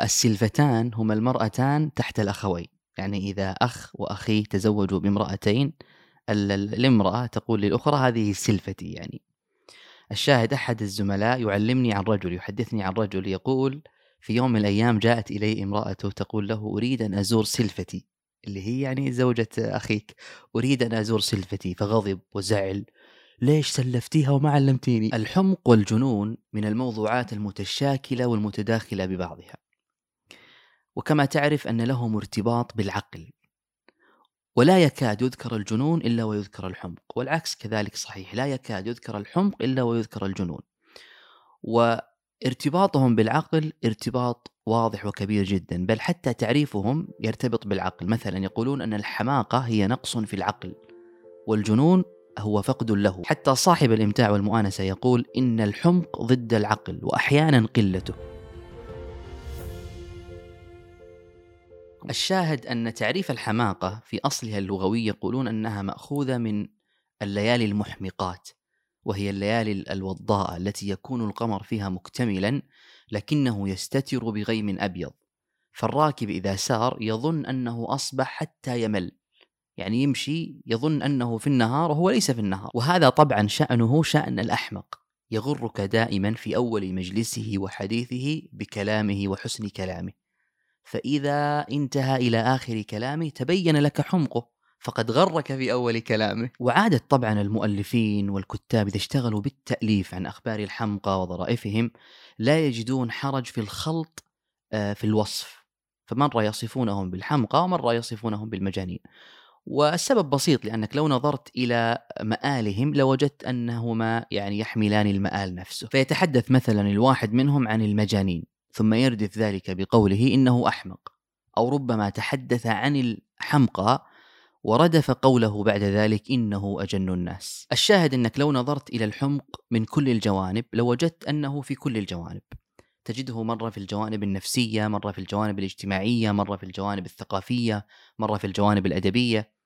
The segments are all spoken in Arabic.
السلفتان هما المرأتان تحت الأخوين، يعني إذا أخ وأخيه تزوجوا بامرأتين الامرأة تقول للأخرى هذه سلفتي. يعني الشاهد أحد الزملاء يعلمني عن رجل، يحدثني عن رجل يقول في يوم من الأيام جاءت إليه امرأته تقول له أريد أن أزور سلفتي، اللي هي يعني زوجة أخيك، أريد أن أزور سلفتي، فغضب وزعل، ليش سلفتيها وما علمتيني؟ الحمق والجنون من الموضوعات المتشاكلة والمتداخلة ببعضها، وكما تعرف أن لهم ارتباط بالعقل، ولا يكاد يذكر الجنون إلا ويذكر الحمق، والعكس كذلك صحيح، لا يكاد يذكر الحمق إلا ويذكر الجنون، وارتباطهم بالعقل ارتباط واضح وكبير جدا، بل حتى تعريفهم يرتبط بالعقل. مثلا يقولون أن الحماقة هي نقص في العقل، والجنون هو فقد له. حتى صاحب الإمتاع والمؤانسة يقول إن الحمق ضد العقل وأحيانا قلته. الشاهد أن تعريف الحماقة في أصلها اللغوي يقولون أنها مأخوذة من الليالي المحمقات، وهي الليالي الوضاء التي يكون القمر فيها مكتملا لكنه يستتر بغيم أبيض، فالراكب إذا سار يظن أنه أصبح حتى يمل، يعني يمشي يظن أنه في النهار وهو ليس في النهار. وهذا طبعا شأنه شأن الأحمق، يغرك دائما في أول مجلسه وحديثه بكلامه وحسن كلامه، فإذا انتهى إلى آخر كلامه تبين لك حمقه، فقد غرك في أول كلامه. وعادة طبعا المؤلفين والكتاب إذا اشتغلوا بالتأليف عن أخبار الحمقى وظرائفهم لا يجدون حرج في الخلط في الوصف، فمرة يصفونهم بالحمقى ومرة يصفونهم بالمجانين، والسبب بسيط، لأنك لو نظرت إلى مآلهم لوجدت أنهما يعني يحملان المآل نفسه، فيتحدث مثلا الواحد منهم عن المجانين ثم يردف ذلك بقوله إنه أحمق، أو ربما تحدث عن الحمقى وردف قوله بعد ذلك إنه أجن الناس. الشاهد أنك لو نظرت إلى الحمق من كل الجوانب لوجدت أنه في كل الجوانب، تجده مرة في الجوانب النفسية، مرة في الجوانب الاجتماعية، مرة في الجوانب الثقافية، مرة في الجوانب الأدبية.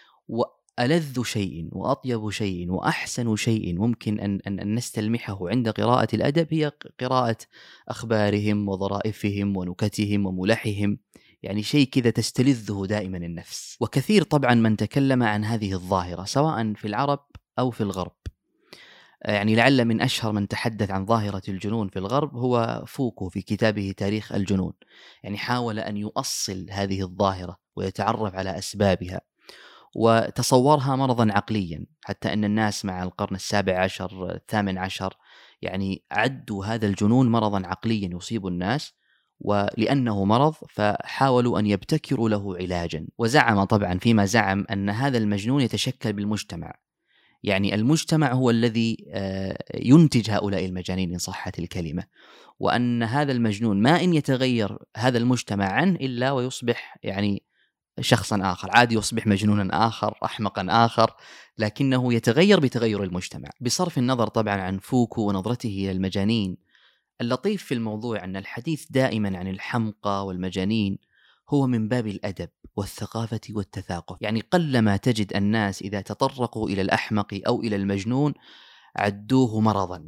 وألذ شيء وأطيب شيء وأحسن شيء ممكن أن نستلمحه عند قراءة الأدب هي قراءة أخبارهم وظرائفهم ونكتهم وملحهم، يعني شيء كذا تستلذه دائما النفس. وكثير طبعا من تكلم عن هذه الظاهرة سواء في العرب أو في الغرب، يعني لعل من أشهر من تحدث عن ظاهرة الجنون في الغرب هو فوكو في كتابه تاريخ الجنون، يعني حاول أن يؤصل هذه الظاهرة ويتعرف على أسبابها، وتصورها مرضا عقليا، حتى أن الناس مع القرن ال17 ال18 يعني عدوا هذا الجنون مرضا عقليا يصيب الناس، ولأنه مرض فحاولوا أن يبتكروا له علاجا. وزعم طبعا فيما زعم أن هذا المجنون يتشكل بالمجتمع، يعني المجتمع هو الذي ينتج هؤلاء المجانين إن صحت الكلمة، وأن هذا المجنون ما إن يتغير هذا المجتمع عنه إلا ويصبح يعني شخصا آخر، عادي يصبح مجنونا آخر، أحمقا آخر، لكنه يتغير بتغير المجتمع. بصرف النظر طبعا عن فوكو ونظرته إلى المجانين، اللطيف في الموضوع أن الحديث دائما عن الحمقى والمجانين هو من باب الأدب والثقافة والتثاقف، يعني قلما تجد الناس إذا تطرقوا إلى الأحمق أو إلى المجنون عدوه مرضا،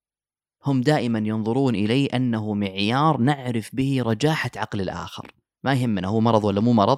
هم دائما ينظرون إليه أنه معيار نعرف به رجاحة عقل الآخر، ما يهمنا هو مرض ولا مو مرض،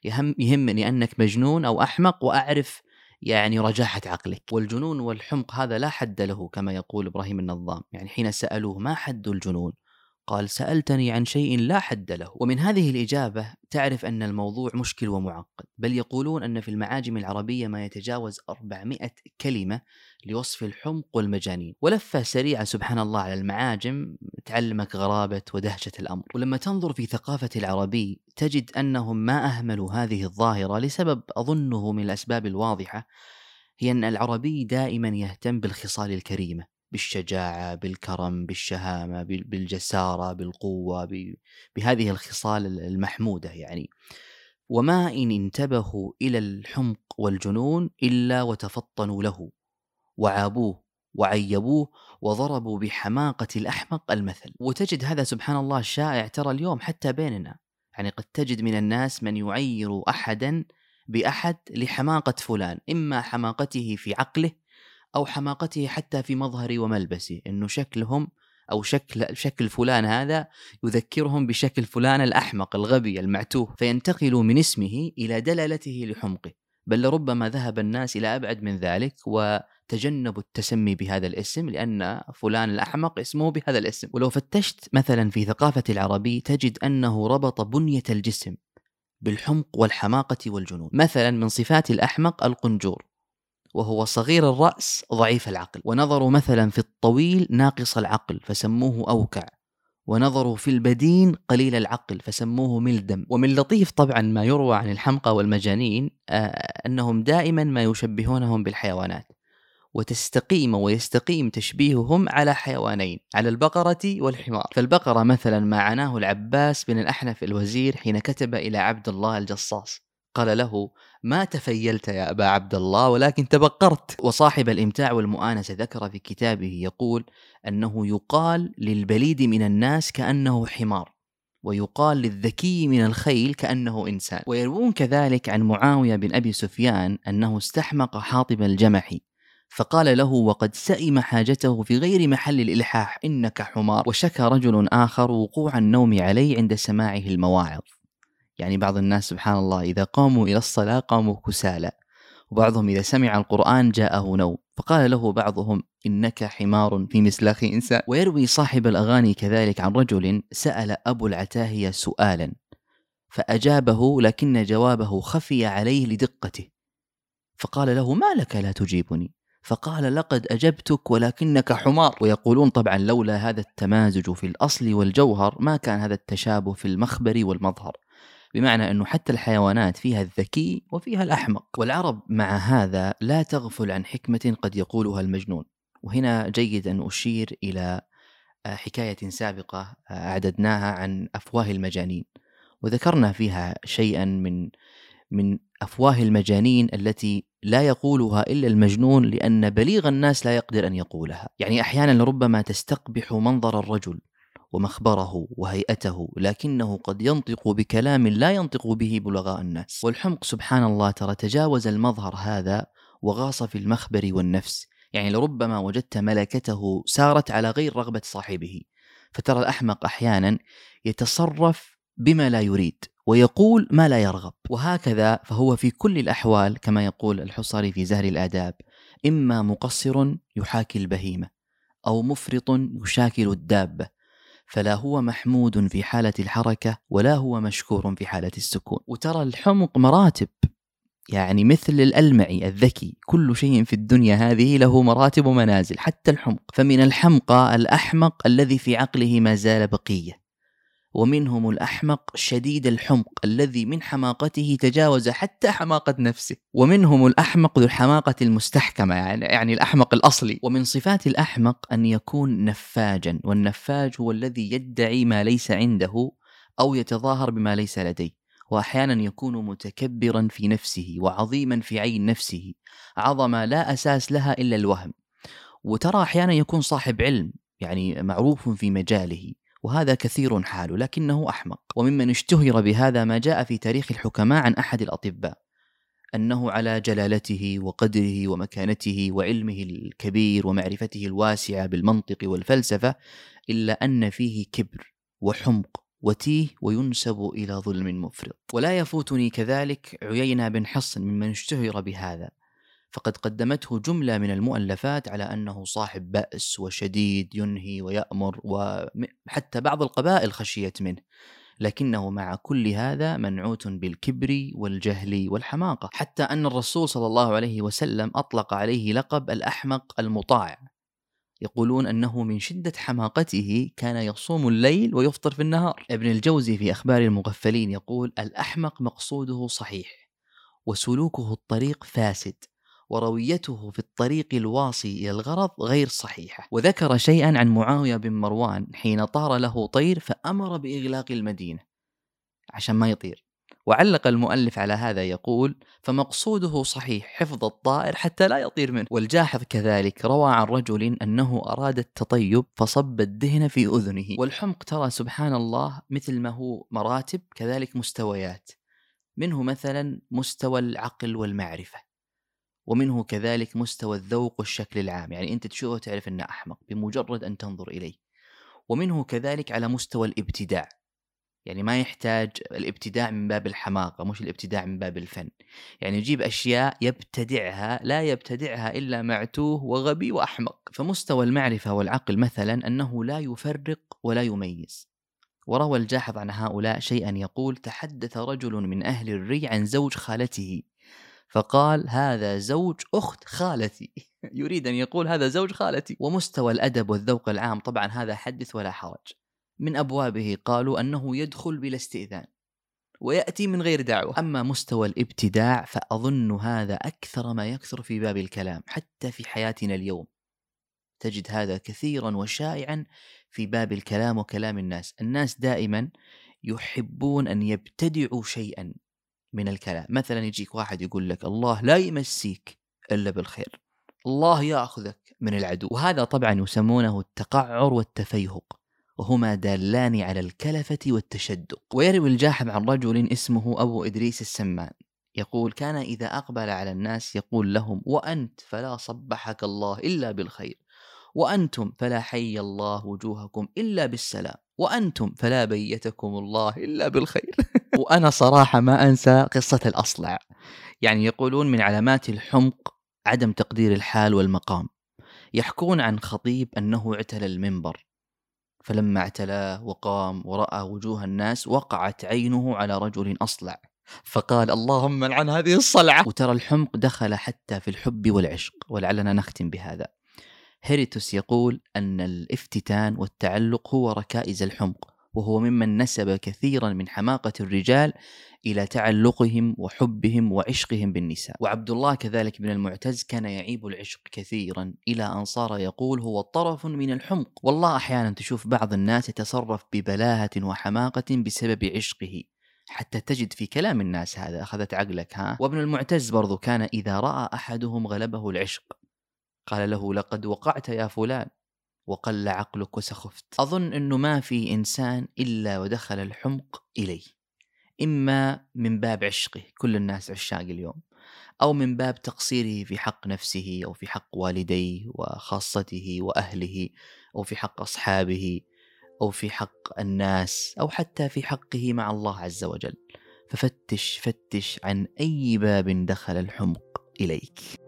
يهمني أنك مجنون أو أحمق وأعرف يعني رجاحة عقلك. والجنون والحمق هذا لا حد له كما يقول إبراهيم النظام، يعني حين سألوه ما حد الجنون قال سألتني عن شيء لا حد له. ومن هذه الإجابة تعرف أن الموضوع مشكل ومعقد، بل يقولون أن في المعاجم العربية ما يتجاوز 400 كلمة لوصف الحمق والمجانين، ولفة سريعة سبحان الله على المعاجم تعلمك غرابة ودهشة الأمر. ولما تنظر في ثقافة العربي تجد أنهم ما أهملوا هذه الظاهرة لسبب أظنه من الأسباب الواضحة، هي أن العربي دائما يهتم بالخصال الكريمة، بالشجاعة، بالكرم، بالشهامة، بالجسارة، بالقوة، بهذه الخصال المحمودة يعني، وما إن انتبهوا إلى الحمق والجنون إلا وتفطنوا له وعابوه وعيبوه وضربوا بحماقة الأحمق المثل. وتجد هذا سبحان الله شائع ترى اليوم حتى بيننا، يعني قد تجد من الناس من يعير أحدا بأحد لحماقة فلان، إما حماقته في عقله أو حماقته حتى في مظهر وملبسه، إنه شكلهم أو شكل فلان هذا يذكرهم بشكل فلان الأحمق الغبي المعتوه، فينتقل من اسمه إلى دلالته لحمقه، بل لربما ذهب الناس إلى أبعد من ذلك وتجنبوا التسمي بهذا الاسم، لأن فلان الأحمق اسمه بهذا الاسم. ولو فتشت مثلا في ثقافة العربي تجد أنه ربط بنية الجسم بالحمق والحماقة والجنون. مثلا من صفات الأحمق القنجور، وهو صغير الرأس ضعيف العقل، ونظروا مثلا في الطويل ناقص العقل فسموه أوكع، ونظروا في البدين قليل العقل فسموه ملدم. ومن لطيف طبعا ما يروى عن الحمقى والمجانين أنهم دائما ما يشبهونهم بالحيوانات، وتستقيم ويستقيم تشبيههم على حيوانين، على البقرة والحمار. فالبقرة مثلا ما عناه العباس بن الأحنف الوزير حين كتب إلى عبد الله الجصاص، قال له: ما تفيلت يا أبا عبد الله ولكن تبقرت. وصاحب الإمتاع والمؤانسة ذكر في كتابه يقول أنه يقال للبليد من الناس كأنه حمار، ويقال للذكي من الخيل كأنه إنسان. ويروون كذلك عن معاوية بن أبي سفيان أنه استحمق حاطب الجمحي فقال له وقد سئم حاجته في غير محل الإلحاح: إنك حمار. وشكى رجل آخر وقوع النوم عليه عند سماعه المواعظ. يعني بعض الناس سبحان الله إذا قاموا إلى الصلاة قاموا كسالى، وبعضهم إذا سمع القرآن جاءه نوم، فقال له بعضهم: إنك حمار في مسلاخ إنسان. ويروي صاحب الأغاني كذلك عن رجل سأل أبو العتاهية سؤالا فأجابه، لكن جوابه خفي عليه لدقته، فقال له: ما لك لا تجيبني؟ فقال: لقد أجبتك ولكنك حمار. ويقولون طبعا لولا هذا التمازج في الأصل والجوهر ما كان هذا التشابه في المخبر والمظهر، بمعنى أنه حتى الحيوانات فيها الذكي وفيها الأحمق. والعرب مع هذا لا تغفل عن حكمة قد يقولها المجنون. وهنا جيد أن أشير إلى حكاية سابقة أعددناها عن أفواه المجانين، وذكرنا فيها شيئا من أفواه المجانين التي لا يقولها إلا المجنون، لأن بليغ الناس لا يقدر أن يقولها. يعني أحيانا ربما تستقبح منظر الرجل ومخبره وهيئته، لكنه قد ينطق بكلام لا ينطق به بلغاء الناس. والحمق سبحان الله ترى تجاوز المظهر هذا وغاص في المخبر والنفس. يعني لربما وجدت ملكته سارت على غير رغبة صاحبه، فترى الأحمق أحيانا يتصرف بما لا يريد ويقول ما لا يرغب. وهكذا فهو في كل الأحوال كما يقول الحصري في زهر الآداب: إما مقصر يحاكي البهيمة، أو مفرط يشاكل الدابة، فلا هو محمود في حالة الحركة ولا هو مشكور في حالة السكون. وترى الحمق مراتب، يعني مثل الألمعي الذكي، كل شيء في الدنيا هذه له مراتب ومنازل حتى الحمق. فمن الحمقى الأحمق الذي في عقله ما زال بقية، ومنهم الأحمق شديد الحمق الذي من حماقته تجاوز حتى حماقة نفسه، ومنهم الأحمق ذو الحماقة المستحكمة، يعني الأحمق الأصلي. ومن صفات الأحمق أن يكون نفاجا، والنفاج هو الذي يدعي ما ليس عنده أو يتظاهر بما ليس لديه، وأحيانا يكون متكبرا في نفسه وعظيما في عين نفسه، عظمة لا أساس لها إلا الوهم. وترى أحيانا يكون صاحب علم، يعني معروف في مجاله، وهذا كثير حاله لكنه أحمق. وممن اشتهر بهذا ما جاء في تاريخ الحكماء عن أحد الأطباء أنه على جلالته وقدره ومكانته وعلمه الكبير ومعرفته الواسعة بالمنطق والفلسفة، إلا أن فيه كبر وحمق وتيه وينسب إلى ظلم مفرط. ولا يفوتني كذلك عيينة بن حصن ممن اشتهر بهذا، فقد قدمته جملة من المؤلفات على أنه صاحب بأس وشديد ينهي ويأمر، وحتى بعض القبائل خشيت منه، لكنه مع كل هذا منعوت بالكبر والجهل والحماقة، حتى أن الرسول صلى الله عليه وسلم أطلق عليه لقب الأحمق المطاع. يقولون أنه من شدة حماقته كان يصوم الليل ويفطر في النهار. ابن الجوزي في أخبار المغفلين يقول: الأحمق مقصوده صحيح، وسلوكه الطريق فاسد، ورويته في الطريق الواصي إلى الغرض غير صحيحة. وذكر شيئا عن معاوية بن مروان حين طار له طير فأمر بإغلاق المدينة عشان ما يطير. وعلق المؤلف على هذا يقول: فمقصوده صحيح حفظ الطائر حتى لا يطير منه. والجاحظ كذلك روى عن رجل أنه أراد التطيب فصب الدهن في أذنه. والحمق ترى سبحان الله مثل ما هو مراتب كذلك مستويات، منه مثلا مستوى العقل والمعرفة، ومنه كذلك مستوى الذوق والشكل العام، يعني أنت تشوفه تعرف أنه أحمق بمجرد أن تنظر إليه. ومنه كذلك على مستوى الابتداع، يعني ما يحتاج الابتداع من باب الحماقة، مش الابتداع من باب الفن، يعني يجيب أشياء يبتدعها لا يبتدعها إلا معتوه وغبي وأحمق. فمستوى المعرفة والعقل مثلا أنه لا يفرق ولا يميز. وروى الجاحظ عن هؤلاء شيئا يقول: تحدث رجل من أهل الري عن زوج خالته فقال: هذا زوج أخت خالتي. يريد أن يقول هذا زوج خالتي. ومستوى الأدب والذوق العام طبعا هذا حدث ولا حرج. من أبوابه قالوا أنه يدخل بلا استئذان ويأتي من غير دعوة. أما مستوى الابتداع فأظن هذا أكثر ما يكثر في باب الكلام، حتى في حياتنا اليوم تجد هذا كثيرا وشائعا في باب الكلام وكلام الناس. الناس دائما يحبون أن يبتدعوا شيئا من الكلام. مثلا يجيك واحد يقول لك: الله لا يمسيك إلا بالخير، الله يأخذك من العدو. وهذا طبعا يسمونه التقعر والتفيهق، وهما دالان على الكلفة والتشدق. ويروي الجاحظ عن رجل اسمه أبو إدريس السمان يقول: كان إذا أقبل على الناس يقول لهم: وأنت فلا صبحك الله إلا بالخير، وأنتم فلا حي الله وجوهكم إلا بالسلام، وأنتم فلا بيتكم الله إلا بالخير. وأنا صراحة ما أنسى قصة الأصلع. يعني يقولون من علامات الحمق عدم تقدير الحال والمقام. يحكون عن خطيب أنه اعتلى المنبر، فلما اعتلاه وقام ورأى وجوه الناس وقعت عينه على رجل أصلع فقال: اللهم لعن هذه الصلعة. وترى الحمق دخل حتى في الحب والعشق. ولعلنا نختم بهذا. هيريتوس يقول أن الافتتان والتعلق هو ركائز الحمق، وهو ممن نسب كثيرا من حماقة الرجال إلى تعلقهم وحبهم وعشقهم بالنساء. وعبد الله كذلك بن المعتز كان يعيب العشق كثيرا إلى أن صار يقول: هو طرف من الحمق. والله أحيانا تشوف بعض الناس يتصرف ببلاهة وحماقة بسبب عشقه، حتى تجد في كلام الناس هذا أخذت عقلك ها. وابن المعتز برضو كان إذا رأى أحدهم غلبه العشق قال له: لقد وقعت يا فلان وقل عقلك وسخفت. أظن أنه ما في إنسان إلا ودخل الحمق إليه، إما من باب عشقه، كل الناس عشاق اليوم، أو من باب تقصيره في حق نفسه أو في حق والديه وخاصته وأهله، أو في حق أصحابه، أو في حق الناس، أو حتى في حقه مع الله عز وجل. ففتش عن أي باب دخل الحمق إليك.